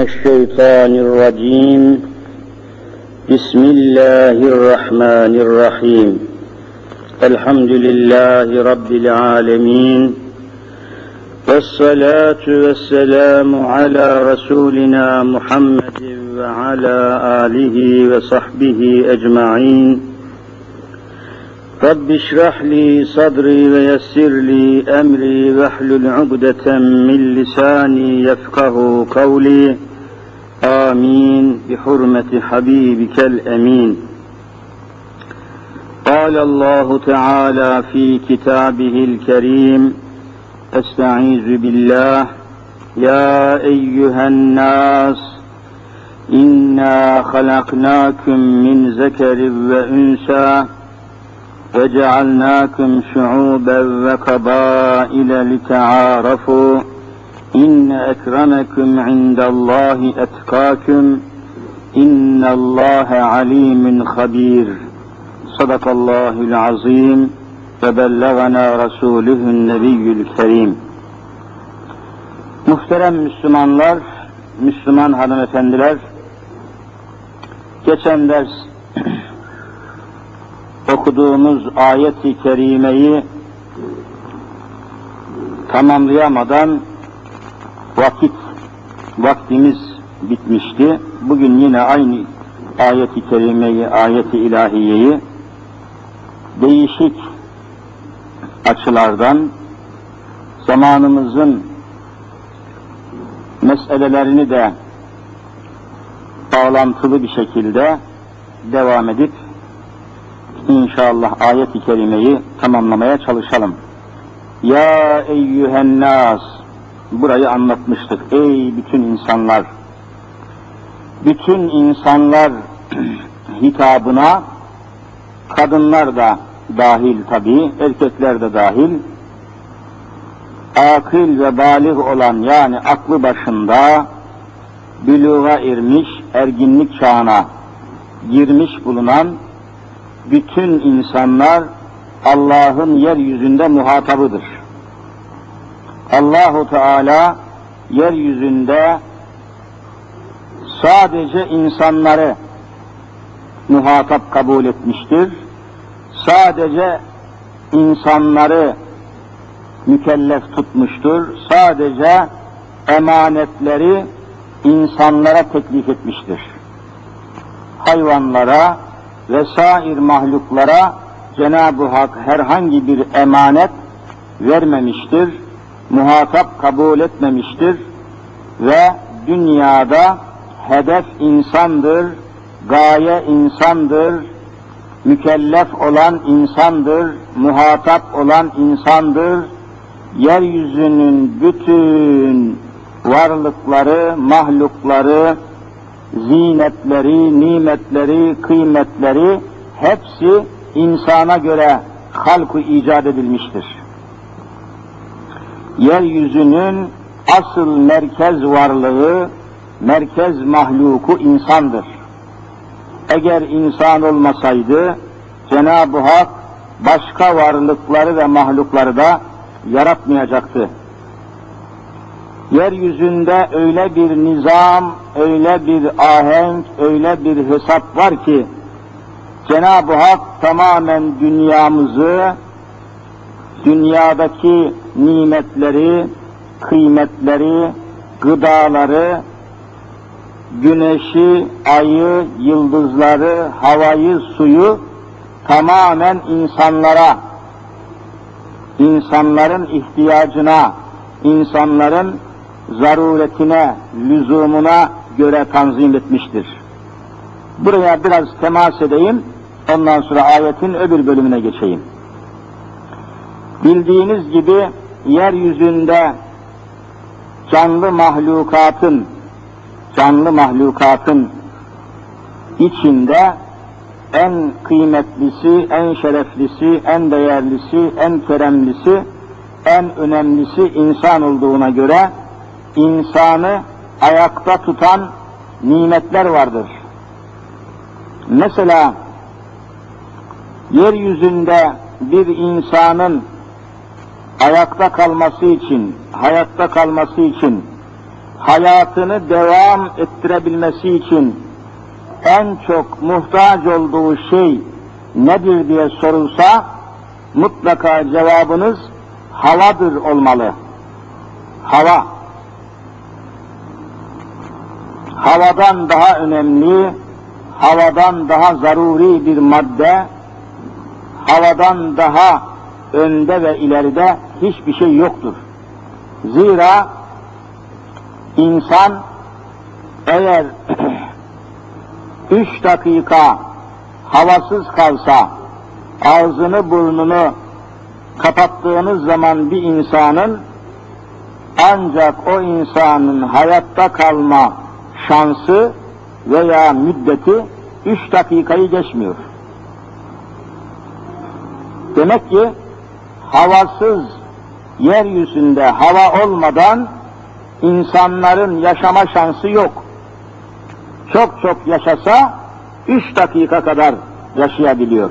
الشيطان الرجيم بسم الله الرحمن الرحيم الحمد لله رب العالمين والصلاة والسلام على رسولنا محمد وعلى آله وصحبه أجمعين رب اشرح لي صدري ويسر لي أمري واحلل عقدة من لساني يفقه قولي آمين بحرمة حبيبك الأمين. قال الله تعالى في كتابه الكريم استعيذ بالله يا أيها الناس إنا خلقناكم من ذكر وأنثى وجعلناكم شعوبا وقبائل لتعارفوا إن أكرمكم عند الله أتقاكم إن الله عليم خبير. صدق الله العظيم وبلغنا رسوله النبي الكريم. Muhterem Müslümanlar, Müslüman hanımefendiler, geçen ders okuduğumuz ayet-i kerimeyi tamamlayamadan vaktimiz bitmişti. Bugün yine aynı ayet-i kerimeyi, ayet-i ilahiyeyi değişik açılardan zamanımızın meselelerini de bağlantılı bir şekilde devam edip İnşallah ayet-i kerimeyi tamamlamaya çalışalım. Ya eyyühen nas, burayı anlatmıştık. Ey bütün insanlar, bütün insanlar hitabına kadınlar da dahil tabii, erkekler de dahil, akıl ve bâlig olan yani aklı başında büluğa ermiş, erginlik çağına girmiş bulunan bütün insanlar Allah'ın yeryüzünde muhatabıdır. Allahu Teala yeryüzünde sadece insanları muhatap kabul etmiştir. Sadece insanları mükellef tutmuştur. Sadece emanetleri insanlara teklif etmiştir. Hayvanlara vesair mahluklara Cenab-ı Hak herhangi bir emanet vermemiştir, muhatap kabul etmemiştir ve dünyada hedef insandır, gaye insandır, mükellef olan insandır, muhatap olan insandır. Yeryüzünün bütün varlıkları, mahlukları, zinetleri, nimetleri, kıymetleri hepsi insana göre halk-ı icat edilmiştir. Yeryüzünün asıl merkez varlığı, merkez mahluku insandır. Eğer insan olmasaydı Cenab-ı Hak başka varlıkları ve mahlukları da yaratmayacaktı. Yeryüzünde öyle bir nizam, öyle bir ahenk, öyle bir hesap var ki Cenab-ı Hak tamamen dünyamızı, dünyadaki nimetleri, kıymetleri, gıdaları, güneşi, ayı, yıldızları, havayı, suyu tamamen insanlara, insanların ihtiyacına, insanların zaruretine, lüzumuna göre tanzim etmiştir. Buraya biraz temas edeyim, ondan sonra ayetin öbür bölümüne geçeyim. Bildiğiniz gibi yeryüzünde canlı mahlukatın içinde en kıymetlisi, en şereflisi, en değerlisi, en keremlisi, en önemlisi insan olduğuna göre insanı ayakta tutan nimetler vardır. Mesela yeryüzünde bir insanın ayakta kalması için, hayatta kalması için hayatını devam ettirebilmesi için en çok muhtaç olduğu şey nedir diye sorulsa, mutlaka cevabınız havadır olmalı. Hava. Havadan daha önemli, havadan daha zaruri bir madde, havadan daha önde ve ileride hiçbir şey yoktur. Zira insan eğer 3 dakika havasız kalsa, ağzını burnunu kapattığınız zaman bir insanın, ancak o insanın hayatta kalma şansı veya müddeti 3 dakikayı geçmiyor. Demek ki havasız yeryüzünde hava olmadan insanların yaşama şansı yok. Çok çok yaşasa 3 dakika kadar yaşayabiliyor.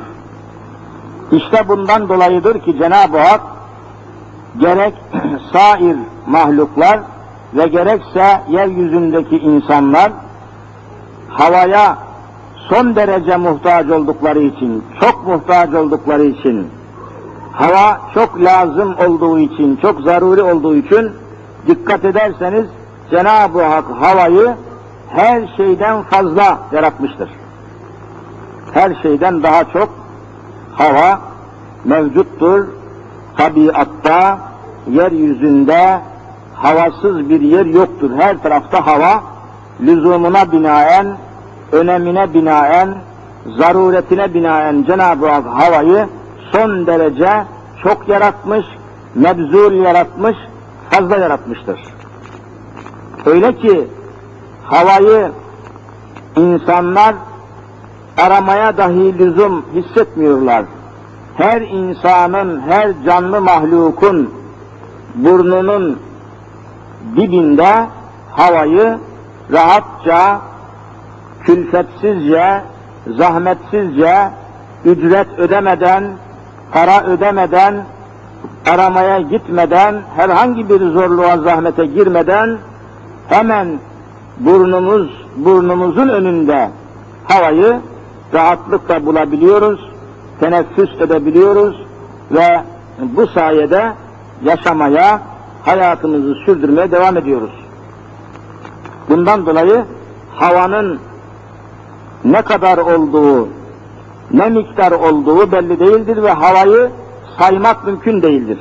İşte bundan dolayıdır ki Cenab-ı Hak gerek sair mahluklar ve gerekse yeryüzündeki insanlar havaya son derece muhtaç oldukları için, çok muhtaç oldukları için, hava çok lazım olduğu için, çok zaruri olduğu için dikkat ederseniz Cenab-ı Hak havayı her şeyden fazla yaratmıştır. Her şeyden daha çok hava mevcuttur. Tabiatta, yeryüzünde havasız bir yer yoktur. Her tarafta hava, lüzumuna binaen, önemine binaen, zaruretine binaen Cenab-ı Hak havayı son derece çok yaratmış, mebzul yaratmış, fazla yaratmıştır. Öyle ki havayı insanlar aramaya dahi lüzum hissetmiyorlar. Her insanın, her canlı mahlukun burnunun dibinde havayı rahatça, külfetsizce, zahmetsizce, ücret ödemeden, para ödemeden, aramaya gitmeden, herhangi bir zorluğa, zahmete girmeden hemen burnumuzun önünde havayı rahatlıkla bulabiliyoruz, teneffüs edebiliyoruz ve bu sayede yaşamaya, hayatımızı sürdürmeye devam ediyoruz. Bundan dolayı havanın ne kadar olduğu, ne miktar olduğu belli değildir ve havayı saymak mümkün değildir.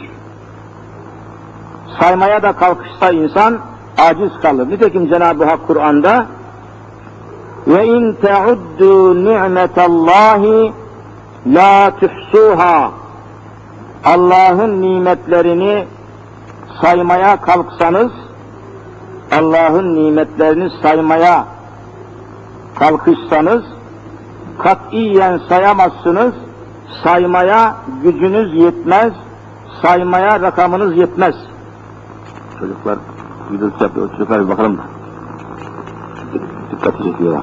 Saymaya da kalkışsa insan aciz kalır. Nitekim Cenab-ı Hak Kur'an'da ve in teuddu ni'metallahi la tuhsuha, Allah'ın nimetlerini saymaya kalksanız, Allah'ın nimetlerini saymaya kalkışsanız katiyen sayamazsınız, saymaya gücünüz yetmez, saymaya rakamınız yetmez. Çocuklar gürültü yapıyor, çocuklar bir bakalım da. Dikkati çekiyor.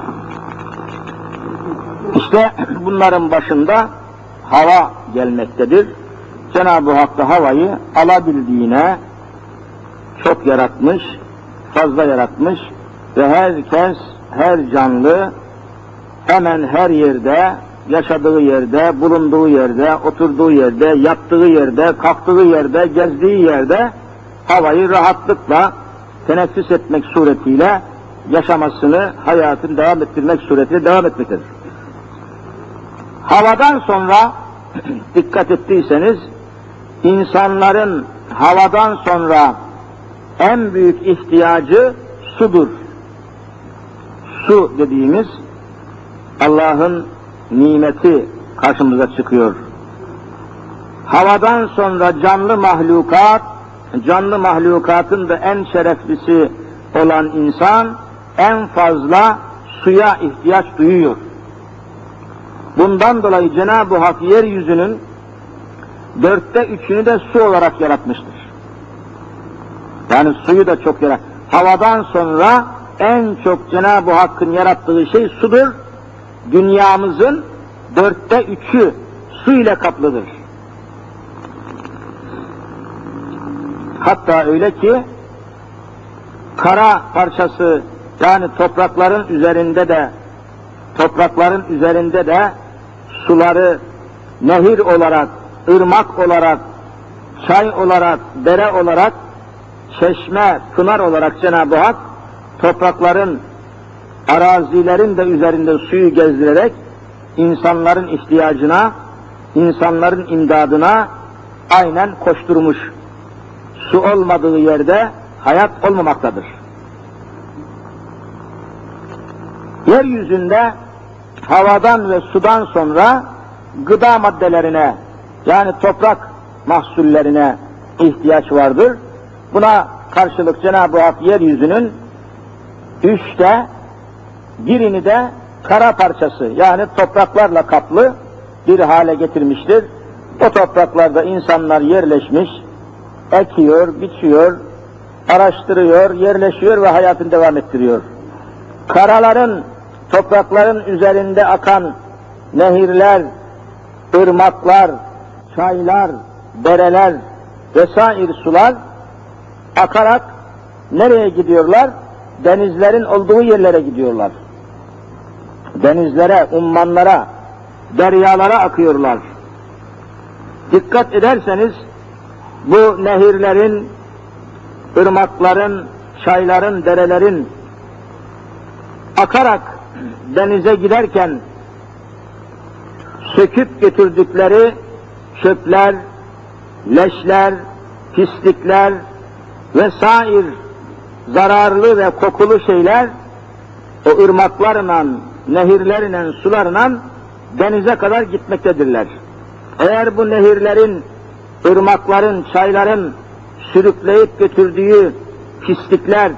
İşte bunların başında hava gelmektedir. Cenab-ı Hak da havayı alabildiğine çok yaratmış, fazla yaratmış ve herkes, her canlı hemen her yerde, yaşadığı yerde, bulunduğu yerde, oturduğu yerde, yattığı yerde, kalktığı yerde, gezdiği yerde havayı rahatlıkla teneffüs etmek suretiyle yaşamasını, hayatını devam ettirmek suretiyle devam etmektedir. Havadan sonra dikkat ettiyseniz insanların havadan sonra en büyük ihtiyacı sudur. Su dediğimiz Allah'ın nimeti karşımıza çıkıyor. Havadan sonra canlı mahlukat, canlı mahlukatın da en şereflisi olan insan en fazla suya ihtiyaç duyuyor. Bundan dolayı Cenab-ı Hak yeryüzünün 3/4'ünü de su olarak yaratmıştır. Yani suyu da çok havadan sonra en çok Cenab-ı Hakk'ın yarattığı şey sudur. Dünyamızın 3/4'ü su ile kaplıdır. Hatta öyle ki kara parçası, yani toprakların üzerinde de suları nehir olarak, ırmak olarak, çay olarak, dere olarak, çeşme, pınar olarak Cenab-ı Hak toprakların, arazilerin de üzerinde suyu gezdirerek insanların ihtiyacına, insanların imdadına aynen koşturmuş. Su olmadığı yerde hayat olmamaktadır. Yeryüzünde havadan ve sudan sonra gıda maddelerine, yani toprak mahsullerine ihtiyaç vardır. Buna karşılık Cenab-ı Hak yeryüzünün 1/3'ünü de kara parçası, yani topraklarla kaplı bir hale getirmiştir. O topraklarda insanlar yerleşmiş, ekiyor, biçiyor, araştırıyor, yerleşiyor ve hayatını devam ettiriyor. Karaların, toprakların üzerinde akan nehirler, ırmaklar, çaylar, dereler vesaire sular akarak nereye gidiyorlar? Denizlerin olduğu yerlere gidiyorlar. Denizlere, ummanlara, deryalara akıyorlar. Dikkat ederseniz bu nehirlerin, ırmakların, çayların, derelerin akarak denize giderken söküp götürdükleri çöpler, leşler, pislikler vesaire zararlı ve kokulu şeyler o ırmaklarla, nehirlerle, sularla denize kadar gitmektedirler. Eğer bu nehirlerin, ırmakların, çayların sürükleyip götürdüğü pislikler,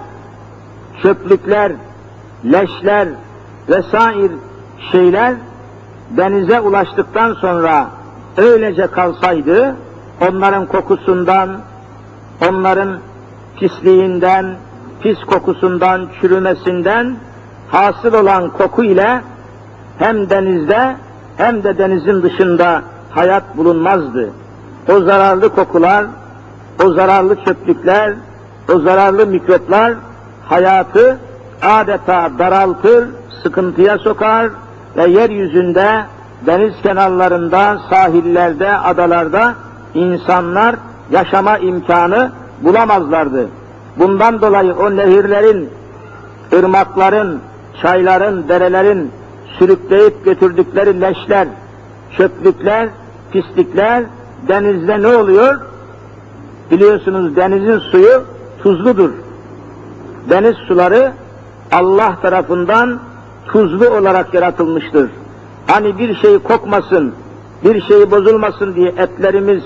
çöplükler, leşler vesaire şeyler denize ulaştıktan sonra öylece kalsaydı, onların kokusundan, onların pisliğinden, pis kokusundan, çürümesinden hasıl olan koku ile hem denizde hem de denizin dışında hayat bulunmazdı. O zararlı kokular, o zararlı çöplükler, o zararlı mikroplar hayatı adeta daraltır, sıkıntıya sokar ve yeryüzünde, deniz kenarlarında, sahillerde, adalarda insanlar yaşama imkanı bulamazlardı. Bundan dolayı o nehirlerin, ırmakların, çayların, derelerin sürükleyip götürdükleri leşler, çöplükler, pislikler denizde ne oluyor? Biliyorsunuz denizin suyu tuzludur. Deniz suları Allah tarafından tuzlu olarak yaratılmıştır. Hani bir şey kokmasın, bir şey bozulmasın diye etlerimiz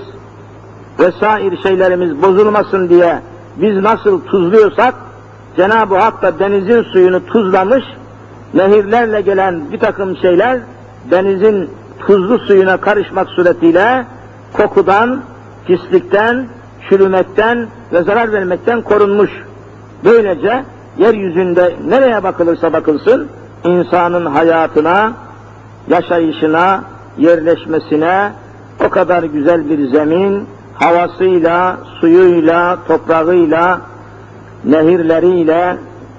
vesaire şeylerimiz bozulmasın diye biz nasıl tuzluyorsak, Cenab-ı Hak da denizin suyunu tuzlamış, nehirlerle gelen bir takım şeyler denizin tuzlu suyuna karışmak suretiyle kokudan, pislikten, çürümekten ve zarar vermekten korunmuş. Böylece yeryüzünde nereye bakılırsa bakılsın, insanın hayatına, yaşayışına, yerleşmesine o kadar güzel bir zemin, havasıyla, suyuyla, toprağıyla, nehirleriyle,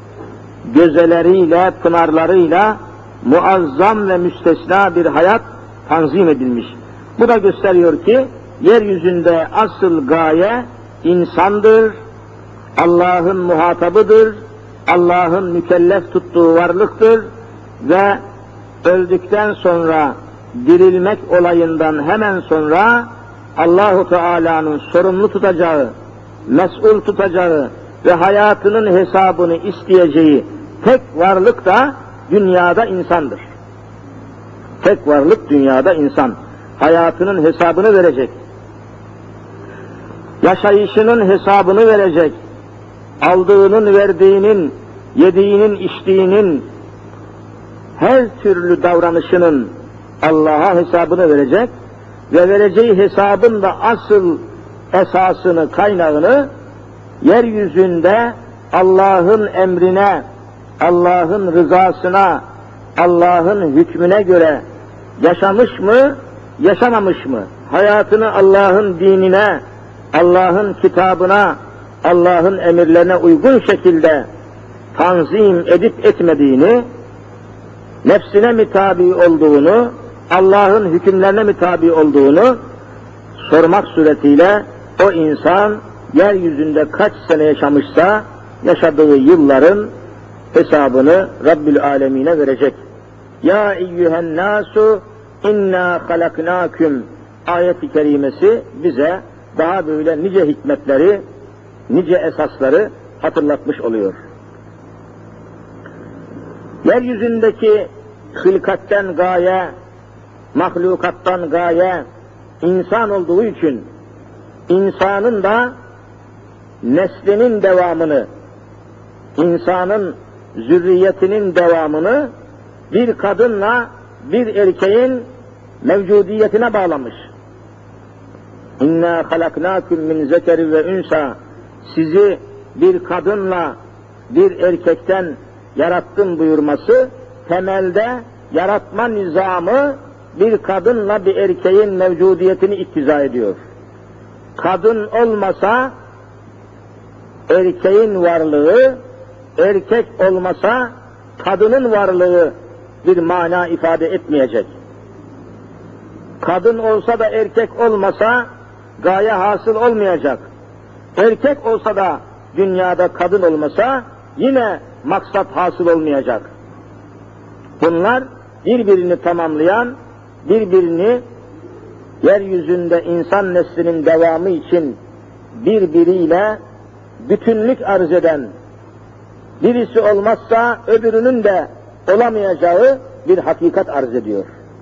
gözeleriyle, pınarlarıyla muazzam ve müstesna bir hayat tanzim edilmiş. Bu da gösteriyor ki yeryüzünde asıl gaye insandır, Allah'ın muhatabıdır, Allah'ın mükellef tuttuğu varlıktır ve öldükten sonra dirilmek olayından hemen sonra Allahu Teala'nın sorumlu tutacağı, mes'ul tutacağı ve hayatının hesabını isteyeceği tek varlık da dünyada insandır. Tek varlık dünyada insan. Hayatının hesabını verecek. Yaşayışının hesabını verecek. Aldığının, verdiğinin, yediğinin, içtiğinin, her türlü davranışının Allah'a hesabını verecek ve vereceği hesabın da asıl esasını, kaynağını yeryüzünde Allah'ın emrine, Allah'ın rızasına, Allah'ın hükmüne göre yaşamış mı, yaşamamış mı? Hayatını Allah'ın dinine, Allah'ın kitabına, Allah'ın emirlerine uygun şekilde tanzim edip etmediğini, nefsine mi tabi olduğunu, Allah'ın hükümlerine mi tabi olduğunu sormak suretiyle o insan yeryüzünde kaç sene yaşamışsa yaşadığı yılların hesabını Rabbül Alemin'e verecek. Ya eyyühen nasu inna halaknâküm ayet-i kerimesi bize daha böyle nice hikmetleri, nice esasları hatırlatmış oluyor. Yeryüzündeki hılkatten gaye, mahlukattan gaye insan olduğu için insanın da neslinin devamını, insanın zürriyetinin devamını bir kadınla bir erkeğin mevcudiyetine bağlamış. İnna halaknâküm min zekeri ve ünsa, sizi bir kadınla bir erkekten yarattım buyurması, temelde yaratma nizamı bir kadınla bir erkeğin mevcudiyetini iktiza ediyor. Kadın olmasa erkeğin varlığı, erkek olmasa kadının varlığı bir mana ifade etmeyecek. Kadın olsa da erkek olmasa gaye hasıl olmayacak. Erkek olsa da dünyada kadın olmasa yine maksat hasıl olmayacak. Bunlar birbirini tamamlayan, birbirini yeryüzünde insan neslinin devamı için birbiriyle bütünlük arz eden, birisi olmazsa öbürünün de olamayacağı bir hakikat arz ediyor.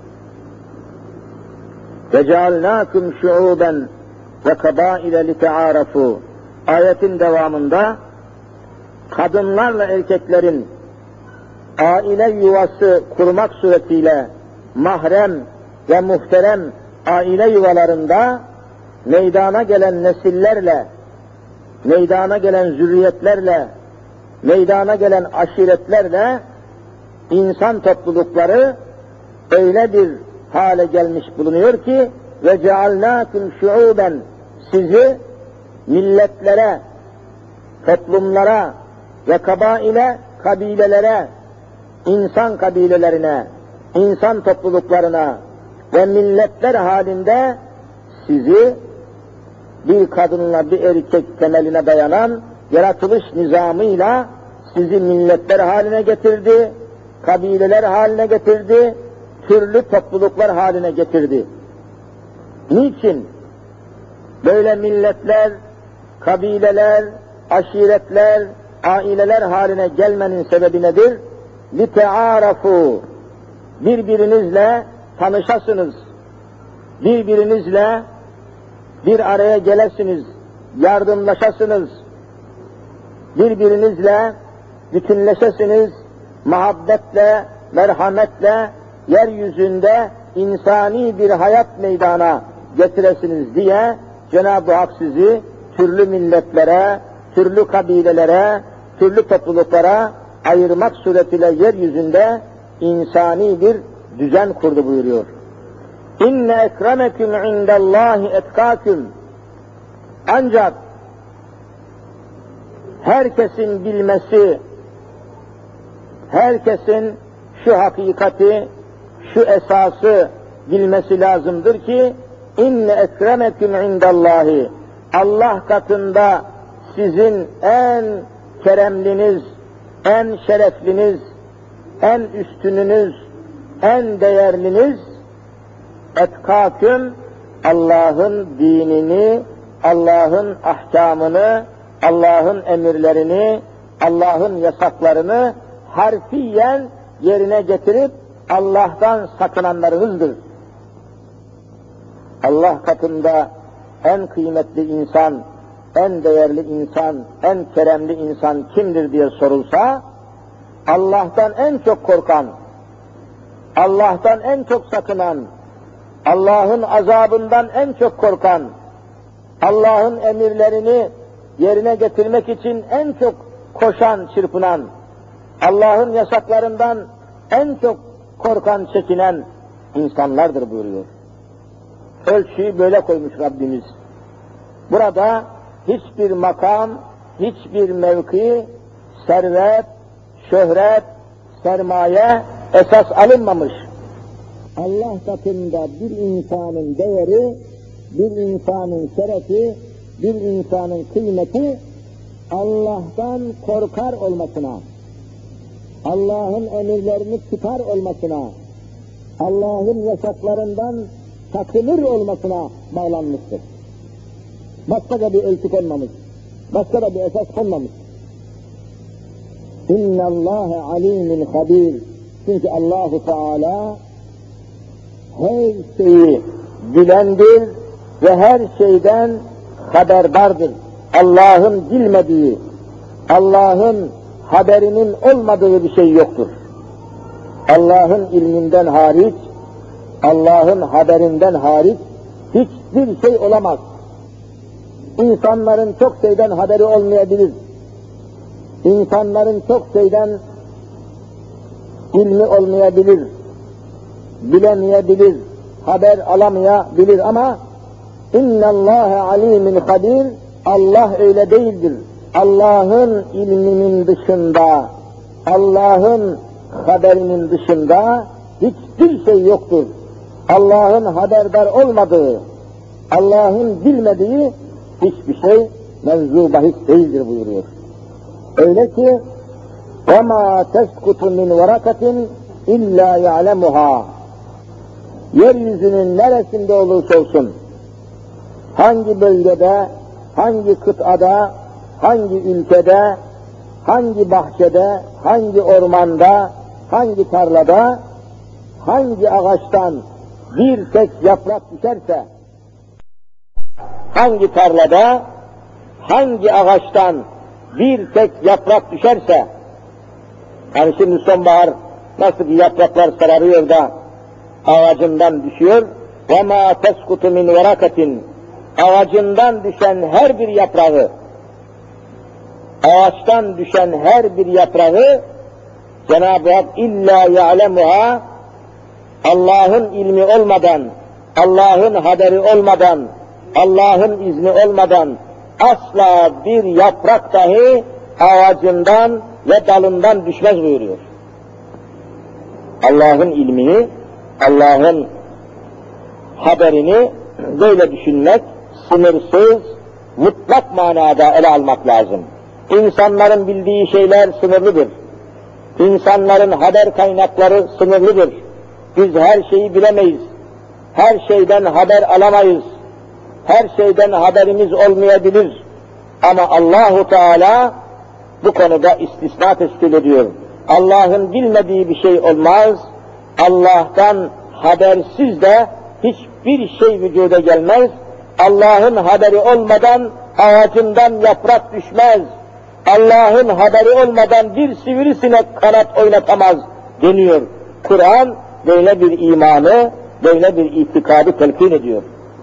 وَجَعَلْنَاكُمْ شُعُوبًا وَكَبَائِلَ لِتَعَارَفُوا ayetin devamında kadınlarla erkeklerin aile yuvası kurmak suretiyle mahrem ve muhterem aile yuvalarında meydana gelen nesillerle, meydana gelen zürriyetlerle, meydana gelen aşiretlerle insan toplulukları öyle bir hale gelmiş bulunuyor ki ve cealnâküm şuûben, sizi milletlere, toplumlara ve kabaile, kabilelere, insan kabilelerine, insan topluluklarına ve milletler halinde sizi bir kadınla bir erkek temeline dayanan yaratılış nizamıyla sizi milletler haline getirdi, kabileler haline getirdi, türlü topluluklar haline getirdi. Niçin? Böyle milletler, kabileler, aşiretler, aileler haline gelmenin sebebi nedir? لِتَعَارَفُوا birbirinizle tanışasınız, birbirinizle bir araya gelesiniz, yardımlaşasınız, birbirinizle bütünleşesiniz, muhabbetle, merhametle, yeryüzünde insani bir hayat meydana getiresiniz diye Cenab-ı Hak sizi türlü milletlere, türlü kabilelere, türlü topluluklara ayırmak suretiyle yeryüzünde insani bir düzen kurdu buyuruyor. İnne ekremeküm indallahi etkâküm. Ancak herkesin bilmesi, herkesin şu hakikati, şu esası bilmesi lazımdır ki inne ekremeküm indallahi, Allah katında sizin en keremliniz, en şerefliniz, en üstününüz, en değerliniz etkâküm, Allah'ın dinini, Allah'ın ahkamını, Allah'ın emirlerini, Allah'ın yasaklarını harfiyen yerine getirip Allah'tan sakınanlarınızdır. Allah katında en kıymetli insan, en değerli insan, en keremli insan kimdir diye sorulsa, Allah'tan en çok korkan, Allah'tan en çok sakınan, Allah'ın azabından en çok korkan, Allah'ın emirlerini yerine getirmek için en çok koşan, çırpınan, Allah'ın yasaklarından en çok korkan, çekinen insanlardır buyuruyor. Ölçüyü böyle koymuş Rabbimiz. Burada hiçbir makam, hiçbir mevki, servet, şöhret, sermaye esas alınmamış. Allah katında bir insanın değeri, bir insanın şerefi, bir insanın kıymeti Allah'tan korkar olmasına, Allah'ın emirlerini tutar olmasına, Allah'ın yasaklarından sakınır olmasına bağlanmıştır. Başka da bir ölçü konmamış, başka da bir esas konmamış. İnne Allahe alimin habir. Çünkü Allahu Teala her şeyi bilendir ve her şeyden haberdardır. Allah'ın bilmediği, Allah'ın haberinin olmadığı bir şey yoktur. Allah'ın ilminden hariç, Allah'ın haberinden hariç hiçbir şey olamaz. İnsanların çok şeyden haberi olmayabilir. İnsanların çok şeyden ilmi olmayabilir, bilemeyebilir, haber alamayabilir ama İnne Allahe alimin habir, Allah öyle değildir. Allah'ın ilminin dışında, Allah'ın haberinin dışında hiçbir şey yoktur. Allah'ın haberdar olmadığı, Allah'ın bilmediği hiçbir şey mevzu bahis değildir buyuruyor. Öyle ki وَمَا تَسْكُتُ مِنْ وَرَكَةٍ اِلَّا يَعْلَمُهَا. Yeryüzünün neresinde olursa olsun, hangi bölgede, hangi kıtada, hangi ülkede, hangi bahçede, hangi ormanda, hangi tarlada, hangi ağaçtan bir tek yaprak düşerse, hangi tarlada, hangi ağaçtan bir tek yaprak düşerse, yani şimdi sonbahar nasıl ki yapraklar sararıyor da ağacından düşüyor, وَمَا تَسْكُتُ مِنْ وَرَكَةٍ. Ağacından düşen her bir yaprağı, ağaçtan düşen her bir yaprağı Cenab-ı Hak illa ya'lemuha, Allah'ın ilmi olmadan, Allah'ın haberi olmadan, Allah'ın izni olmadan asla bir yaprak dahi ağacından ve dalından düşmez buyuruyor. Allah'ın ilmini, Allah'ın haberini böyle düşünmek, sınırsız, mutlak manada ele almak lazım. İnsanların bildiği şeyler sınırlıdır. İnsanların haber kaynakları sınırlıdır. Biz her şeyi bilemeyiz. Her şeyden haber alamayız. Her şeyden haberimiz olmayabilir. Ama Allahu Teala bu konuda istisna teşkil ediyor. Allah'ın bilmediği bir şey olmaz. Allah'tan habersiz de hiçbir şey vücuda gelmez. Allah'ın haberi olmadan ağacından yaprak düşmez. Allah'ın haberi olmadan bir sivrisinek kanat oynatamaz deniyor. Kur'an böyle bir imanı, böyle bir itikadı telkin ediyor.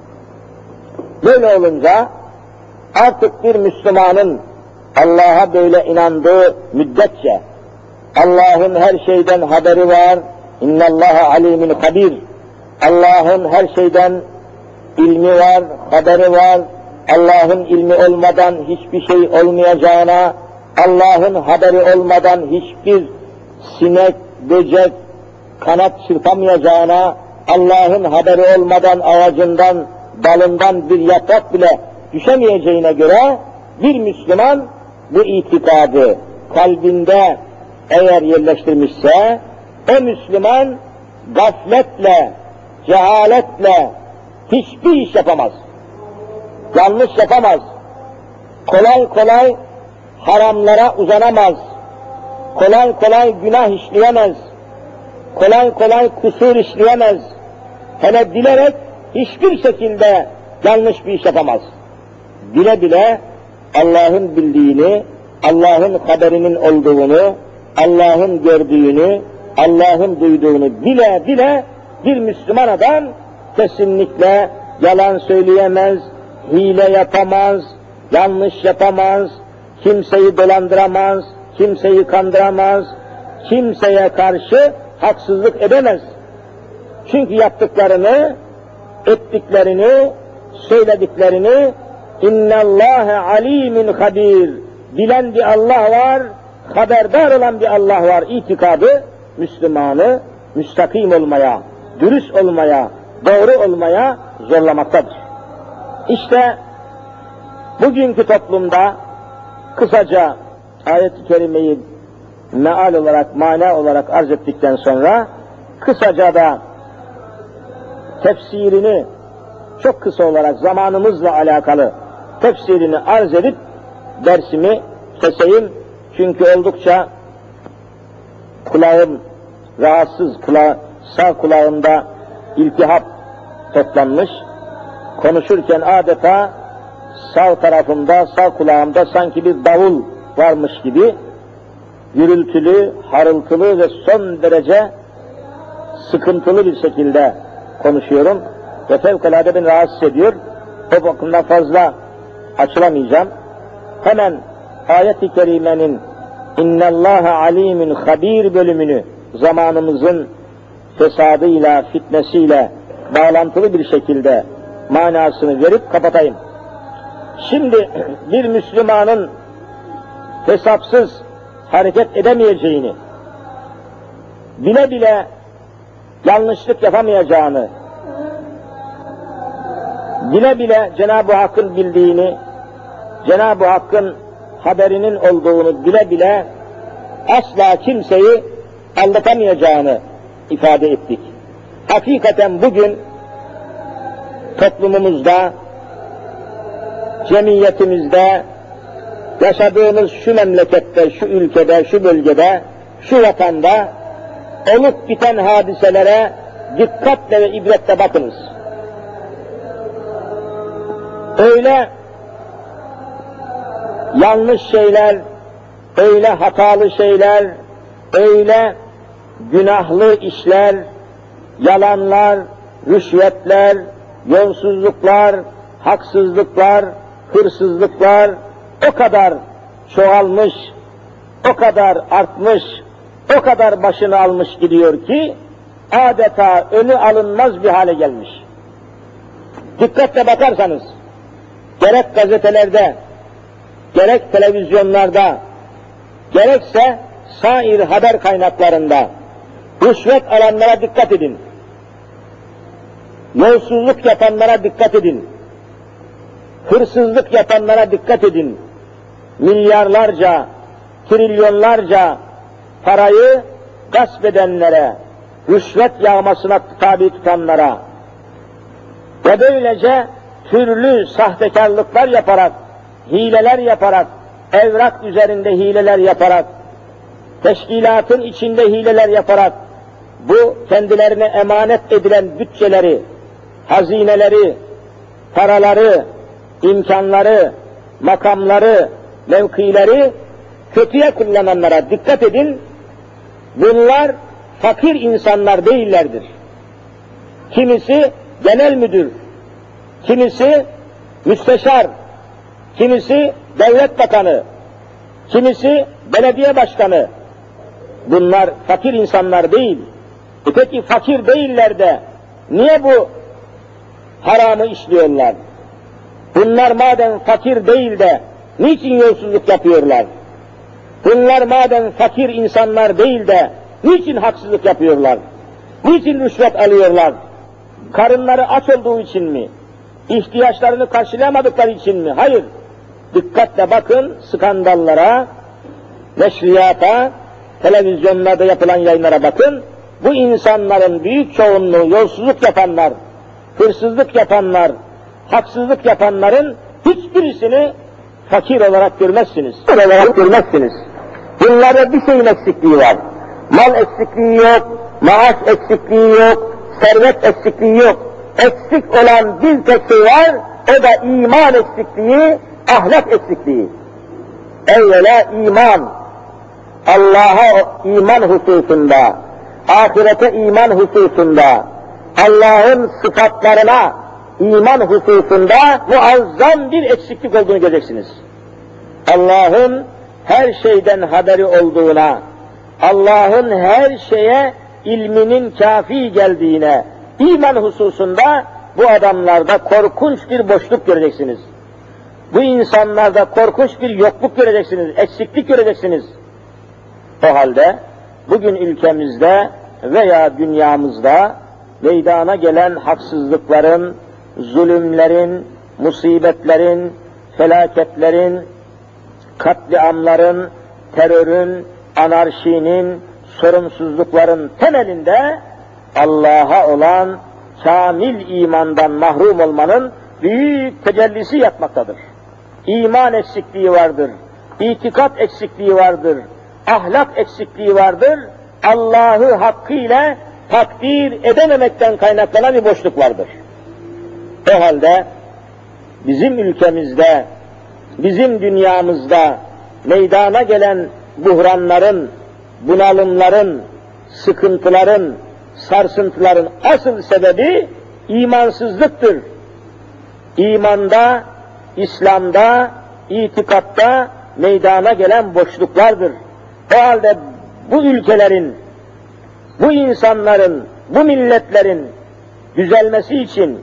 Böyle olunca artık bir Müslümanın Allah'a böyle inandığı müddetçe Allah'ın her şeyden haberi var. İnnallâhe alîmin habir. Allah'ın her şeyden ilmi var, haberi var. Allah'ın ilmi olmadan hiçbir şey olmayacağına, Allah'ın haberi olmadan hiçbir sinek, böcek kanat çırpamayacağına, Allah'ın haberi olmadan ağacından, dalından bir yaprak bile düşemeyeceğine göre bir Müslüman bu itikadı kalbinde eğer yerleştirmişse, o Müslüman gafletle, cehaletle hiçbir iş yapamaz. Yanlış yapamaz. Kolay kolay haramlara uzanamaz. Kolay kolay günah işleyemez. Kolay kolay kusur işleyemez. Hele bilerek hiçbir şekilde yanlış bir iş yapamaz. Bile bile Allah'ın bildiğini, Allah'ın haberinin olduğunu, Allah'ın gördüğünü, Allah'ın duyduğunu bile bile bir Müslüman adam kesinlikle yalan söyleyemez, hile yapamaz, yanlış yapamaz, kimseyi dolandıramaz, kimseyi kandıramaz, kimseye karşı haksızlık edemez. Çünkü yaptıklarını, ettiklerini, söylediklerini innallâhe alîmin habîr. bilen bir Allah var, haberdar olan bir Allah var itikadı, Müslümanı müstakim olmaya, dürüst olmaya, doğru olmaya zorlamaktadır. İşte bugünkü toplumda kısaca ayet-i kerimeyi meal olarak, mana olarak arz ettikten sonra kısaca da tefsirini çok kısa olarak zamanımızla alakalı tefsirini arz edip dersimi keseyim. Çünkü oldukça kulağım rahatsız, sağ kulağımda iltihap toplanmış. Konuşurken adeta sağ tarafımda, sağ kulağımda sanki bir davul varmış gibi gürültülü, harıltılı ve son derece sıkıntılı bir şekilde konuşuyorum ve fevkalade beni rahatsız ediyor. O bakımdan fazla açılamayacağım. Hemen ayet-i kerimenin İnnallâhe alîmün habîr bölümünü zamanımızın fesadıyla, fitnesiyle bağlantılı bir şekilde manasını verip kapatayım. Şimdi bir Müslümanın hesapsız hareket edemeyeceğini, bile bile yanlışlık yapamayacağını, bile bile Cenab-ı Hakk'ın bildiğini, Cenab-ı Hakk'ın haberinin olduğunu bile bile asla kimseyi aldatamayacağını ifade ettik. Hakikaten bugün toplumumuzda, cemiyetimizde, yaşadığımız şu memlekette, şu ülkede, şu bölgede, şu vatanda olup biten hadiselere dikkatle ve ibretle bakınız. Öyle yanlış şeyler, öyle hatalı şeyler, öyle günahlı işler, yalanlar, rüşvetler, yolsuzluklar, haksızlıklar, hırsızlıklar o kadar çoğalmış, o kadar artmış, o kadar başını almış gidiyor ki adeta önü alınmaz bir hale gelmiş. Dikkatle bakarsanız gerek gazetelerde, gerek televizyonlarda, gerekse sair haber kaynaklarında rüşvet alanlara dikkat edin. Yolsuzluk yapanlara dikkat edin. Hırsızlık yapanlara dikkat edin. Milyarlarca, trilyonlarca parayı gasp edenlere, rüşvet yağmasına tabi tutanlara ve böylece türlü sahtekarlıklar yaparak, hileler yaparak, evrak üzerinde hileler yaparak, teşkilatın içinde hileler yaparak, bu kendilerine emanet edilen bütçeleri, hazineleri, paraları, imkanları, makamları, mevkileri kötüye kullananlara dikkat edin. Bunlar fakir insanlar değillerdir. Kimisi genel müdür, kimisi müsteşar, kimisi devlet bakanı, kimisi belediye başkanı. Bunlar fakir insanlar değil. Peki fakir değiller de niye bu haramı işliyorlar? Bunlar madem fakir değil de niçin yolsuzluk yapıyorlar? Bunlar madem fakir insanlar değil de niçin haksızlık yapıyorlar? Niçin rüşvet alıyorlar? Karınları aç olduğu için mi? İhtiyaçlarını karşılayamadıkları için mi? Hayır. Dikkatle bakın skandallara, neşriyata, televizyonlarda yapılan yayınlara bakın. Bu insanların büyük çoğunluğu yolsuzluk yapanlar, hırsızlık yapanlar, haksızlık yapanların hiçbirisini fakir olarak görmezsiniz. Bunlarda bir şeyin eksikliği var. Mal eksikliği yok, maaş eksikliği yok, servet eksikliği yok. Eksik olan bir tek şey var, o da iman eksikliği, ahlak eksikliği. Evvela iman, Allah'a iman hususunda, ahirete iman hususunda, Allah'ın sıfatlarına iman hususunda muazzam bir eksiklik olduğunu göreceksiniz. Allah'ın her şeyden haberi olduğuna, Allah'ın her şeye ilminin kafi geldiğine, iman hususunda bu adamlarda korkunç bir boşluk göreceksiniz. Bu insanlarda korkunç bir yokluk göreceksiniz, eksiklik göreceksiniz. O halde bugün ülkemizde veya dünyamızda meydana gelen haksızlıkların, zulümlerin, musibetlerin, felaketlerin, katliamların, terörün, anarşinin, sorumsuzlukların temelinde Allah'a olan kamil imandan mahrum olmanın büyük tecellisi yatmaktadır. İman eksikliği vardır, itikat eksikliği vardır, ahlak eksikliği vardır, Allah'ı hakkıyla takdir edememekten kaynaklanan bir boşluk vardır. O halde bizim ülkemizde, bizim dünyamızda meydana gelen buhranların, bunalımların, sıkıntıların, sarsıntıların asıl sebebi imansızlıktır. İmanda, İslam'da, itikatta meydana gelen boşluklardır. O halde bu ülkelerin, bu insanların, bu milletlerin düzelmesi için,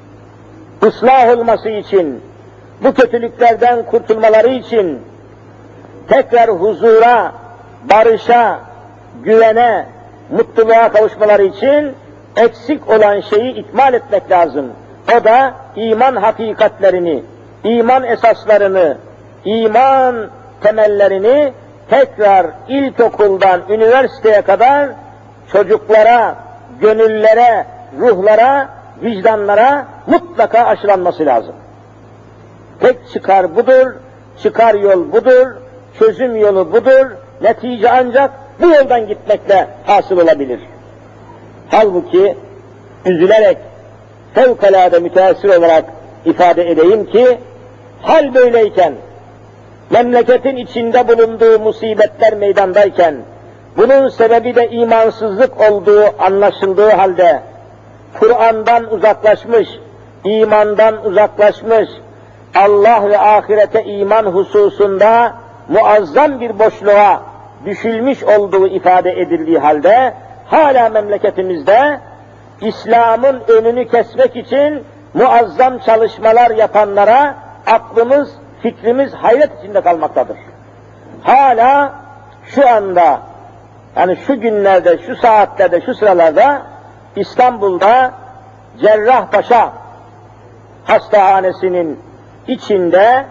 ıslah olması için, bu kötülüklerden kurtulmaları için, tekrar huzura, barışa, güvene, mutluluğa kavuşmaları için eksik olan şeyi ikmal etmek lazım. O da iman hakikatlerini, iman esaslarını, iman temellerini tekrar ilkokuldan üniversiteye kadar çocuklara, gönüllere, ruhlara, vicdanlara mutlaka aşılanması lazım. Tek çıkar budur, çıkar yol budur, çözüm yolu budur, netice ancak bu yoldan gitmekle hasıl olabilir. Halbuki üzülerek, fevkalade müteessir olarak ifade edeyim ki, hal böyleyken, memleketin içinde bulunduğu musibetler meydandayken, bunun sebebi de imansızlık olduğu anlaşıldığı halde, Kur'an'dan uzaklaşmış, imandan uzaklaşmış, Allah ve ahirete iman hususunda muazzam bir boşluğa düşülmüş olduğu ifade edildiği halde, hala memleketimizde İslam'ın önünü kesmek için muazzam çalışmalar yapanlara aklımız, fikrimiz hayret içinde kalmaktadır. Hala şu anda, yani şu günlerde, şu saatlerde, şu sıralarda İstanbul'da Cerrahpaşa Hastahanesi'nin içinde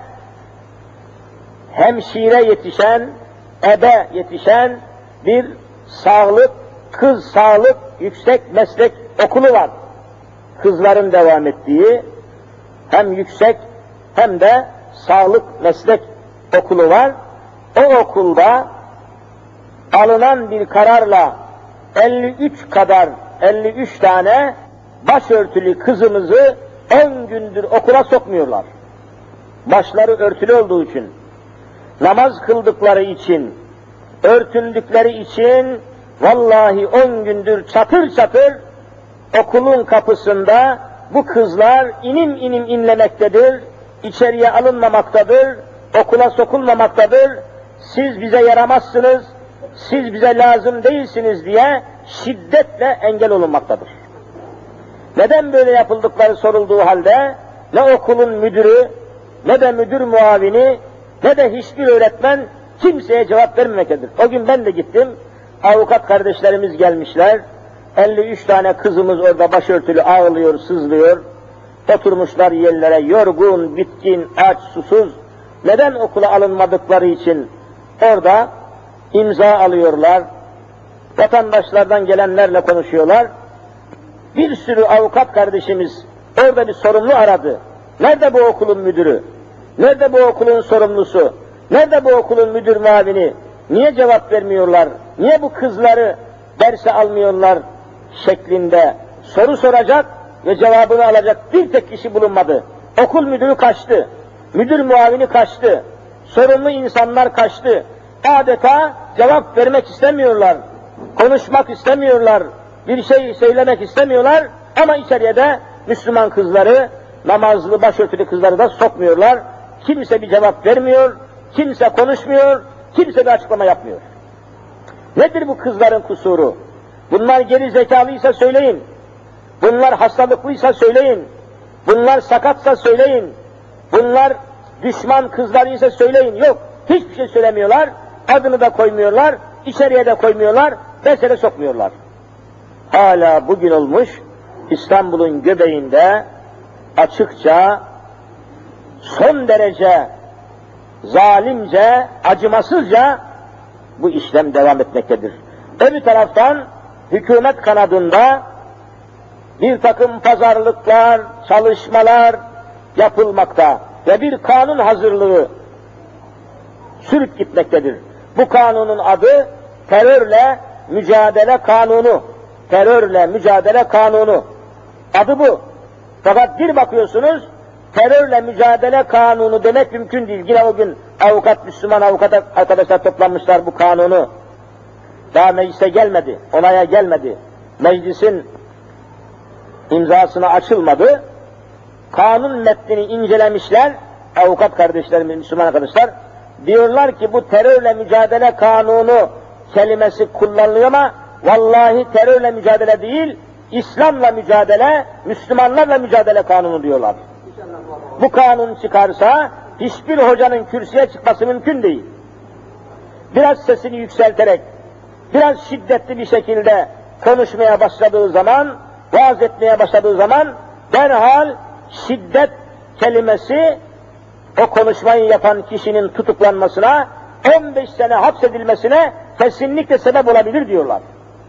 hemşire yetişen, ebe yetişen bir sağlık, kız sağlık yüksek meslek okulu var. Kızların devam ettiği hem yüksek hem de sağlık meslek okulu var. O okulda alınan bir kararla 53 tane başörtülü kızımızı 10 gündür okula sokmuyorlar. Başları örtülü olduğu için, namaz kıldıkları için, örtündükleri için vallahi 10 gündür çatır çatır okulun kapısında bu kızlar inim inim inlemektedir, içeriye alınmamaktadır, okula sokulmamaktadır, siz bize yaramazsınız, siz bize lazım değilsiniz diye şiddetle engel olunmaktadır. Neden böyle yapıldıkları sorulduğu halde ne okulun müdürü, ne de müdür muavini, ne de hiçbir öğretmen kimseye cevap vermemektedir. O gün ben de gittim, avukat kardeşlerimiz gelmişler, 53 tane kızımız orada başörtülü ağlıyor, sızlıyor, oturmuşlar yerlere, yorgun, bitkin, aç, susuz. Neden okula alınmadıkları için orada imza alıyorlar, vatandaşlardan gelenlerle konuşuyorlar. Bir sürü avukat kardeşimiz orada bir sorumlu aradı. Nerede bu okulun müdürü? Nerede bu okulun sorumlusu? Nerede bu okulun müdür muavini? Niye cevap vermiyorlar? Niye bu kızları derse almıyorlar şeklinde soru soracak ve cevabını alacak bir tek kişi bulunmadı. Okul müdürü kaçtı. Müdür muavini kaçtı. Sorumlu insanlar kaçtı. Adeta cevap vermek istemiyorlar. Konuşmak istemiyorlar. Bir şey söylemek istemiyorlar. Ama içeriye de Müslüman kızları, namazlı başörtülü kızları da sokmuyorlar. Kimse bir cevap vermiyor. Kimse konuşmuyor. Kimse bir açıklama yapmıyor. Nedir bu kızların kusuru? Bunlar geri zekalıysa söyleyin. Bunlar hastalıklıysa söyleyin. Bunlar sakatsa söyleyin. Bunlar Düşman kızları ise söyleyin. Yok, hiçbir şey söylemiyorlar. Adını da koymuyorlar, içeriye de koymuyorlar, mesele sokmuyorlar. Hala bugün olmuş, İstanbul'un göbeğinde açıkça, son derece zalimce, acımasızca bu işlem devam etmektedir. Öbür taraftan hükümet kanadında bir takım pazarlıklar, çalışmalar yapılmakta ve bir kanun hazırlığı sürüp gitmektedir. Bu kanunun adı terörle mücadele kanunu. Terörle mücadele kanunu. Adı bu. Fakat bir bakıyorsunuz, terörle mücadele kanunu demek mümkün değil. Yine o gün Müslüman avukat arkadaşlar toplanmışlar bu kanunu. Daha meclise gelmedi, onaya gelmedi. Meclisin imzasına açılmadı. Kanun metnini incelemişler, avukat kardeşlerimiz, Müslüman arkadaşlar. Diyorlar ki bu terörle mücadele kanunu kelimesi kullanılıyor ama vallahi terörle mücadele değil, İslam'la mücadele, Müslümanlarla mücadele kanunu diyorlar. Bu kanun çıkarsa hiçbir hocanın kürsüye çıkması mümkün değil. Biraz sesini yükselterek, biraz şiddetli bir şekilde konuşmaya başladığı zaman, vaaz etmeye başladığı zaman derhal şiddet kelimesi o konuşmayı yapan kişinin tutuklanmasına, 15 sene hapsedilmesine kesinlikle sebep olabilir diyorlar.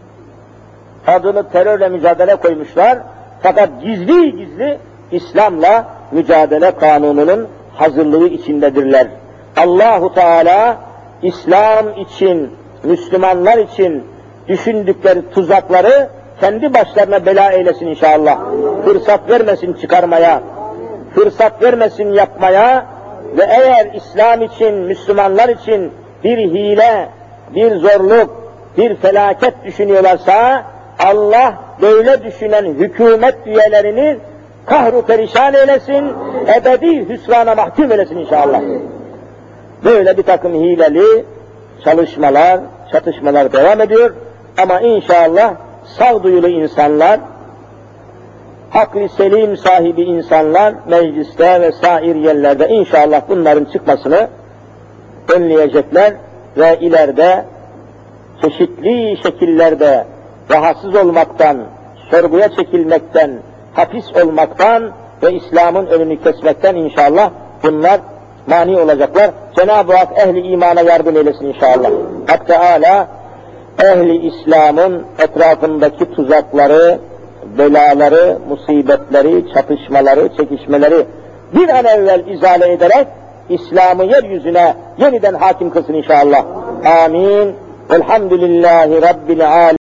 Adını terörle mücadele koymuşlar. Fakat gizli gizli İslam'la mücadele kanununun hazırlığı içindedirler. Allahu Teala İslam için, Müslümanlar için düşündükleri tuzakları kendi başlarına bela eylesin inşallah. Fırsat vermesin çıkarmaya, fırsat vermesin yapmaya ve eğer İslam için, Müslümanlar için bir hile, bir zorluk, bir felaket düşünüyorlarsa Allah böyle düşünen hükümet üyelerini kahru perişan eylesin, ebedi hüsrana mahkum eylesin inşallah. Böyle bir takım hileli çalışmalar, çatışmalar devam ediyor ama inşallah sağduyulu insanlar, aklı selim sahibi insanlar mecliste ve sair yerlerde inşallah bunların çıkmasını önleyecekler ve ileride çeşitli şekillerde rahatsız olmaktan, sorguya çekilmekten, hapis olmaktan ve İslam'ın önünü kesmekten inşallah bunlar mani olacaklar. Cenab-ı Hak ehli imana yardım eylesin inşallah. Hak Teâlâ ehli İslam'ın etrafındaki tuzakları, belaları, musibetleri, çatışmaları, çekişmeleri bir an evvel izale ederek İslam'ı yeryüzüne yeniden hakim kılsın inşallah. Amin. Elhamdülillahi Rabbil âlemin.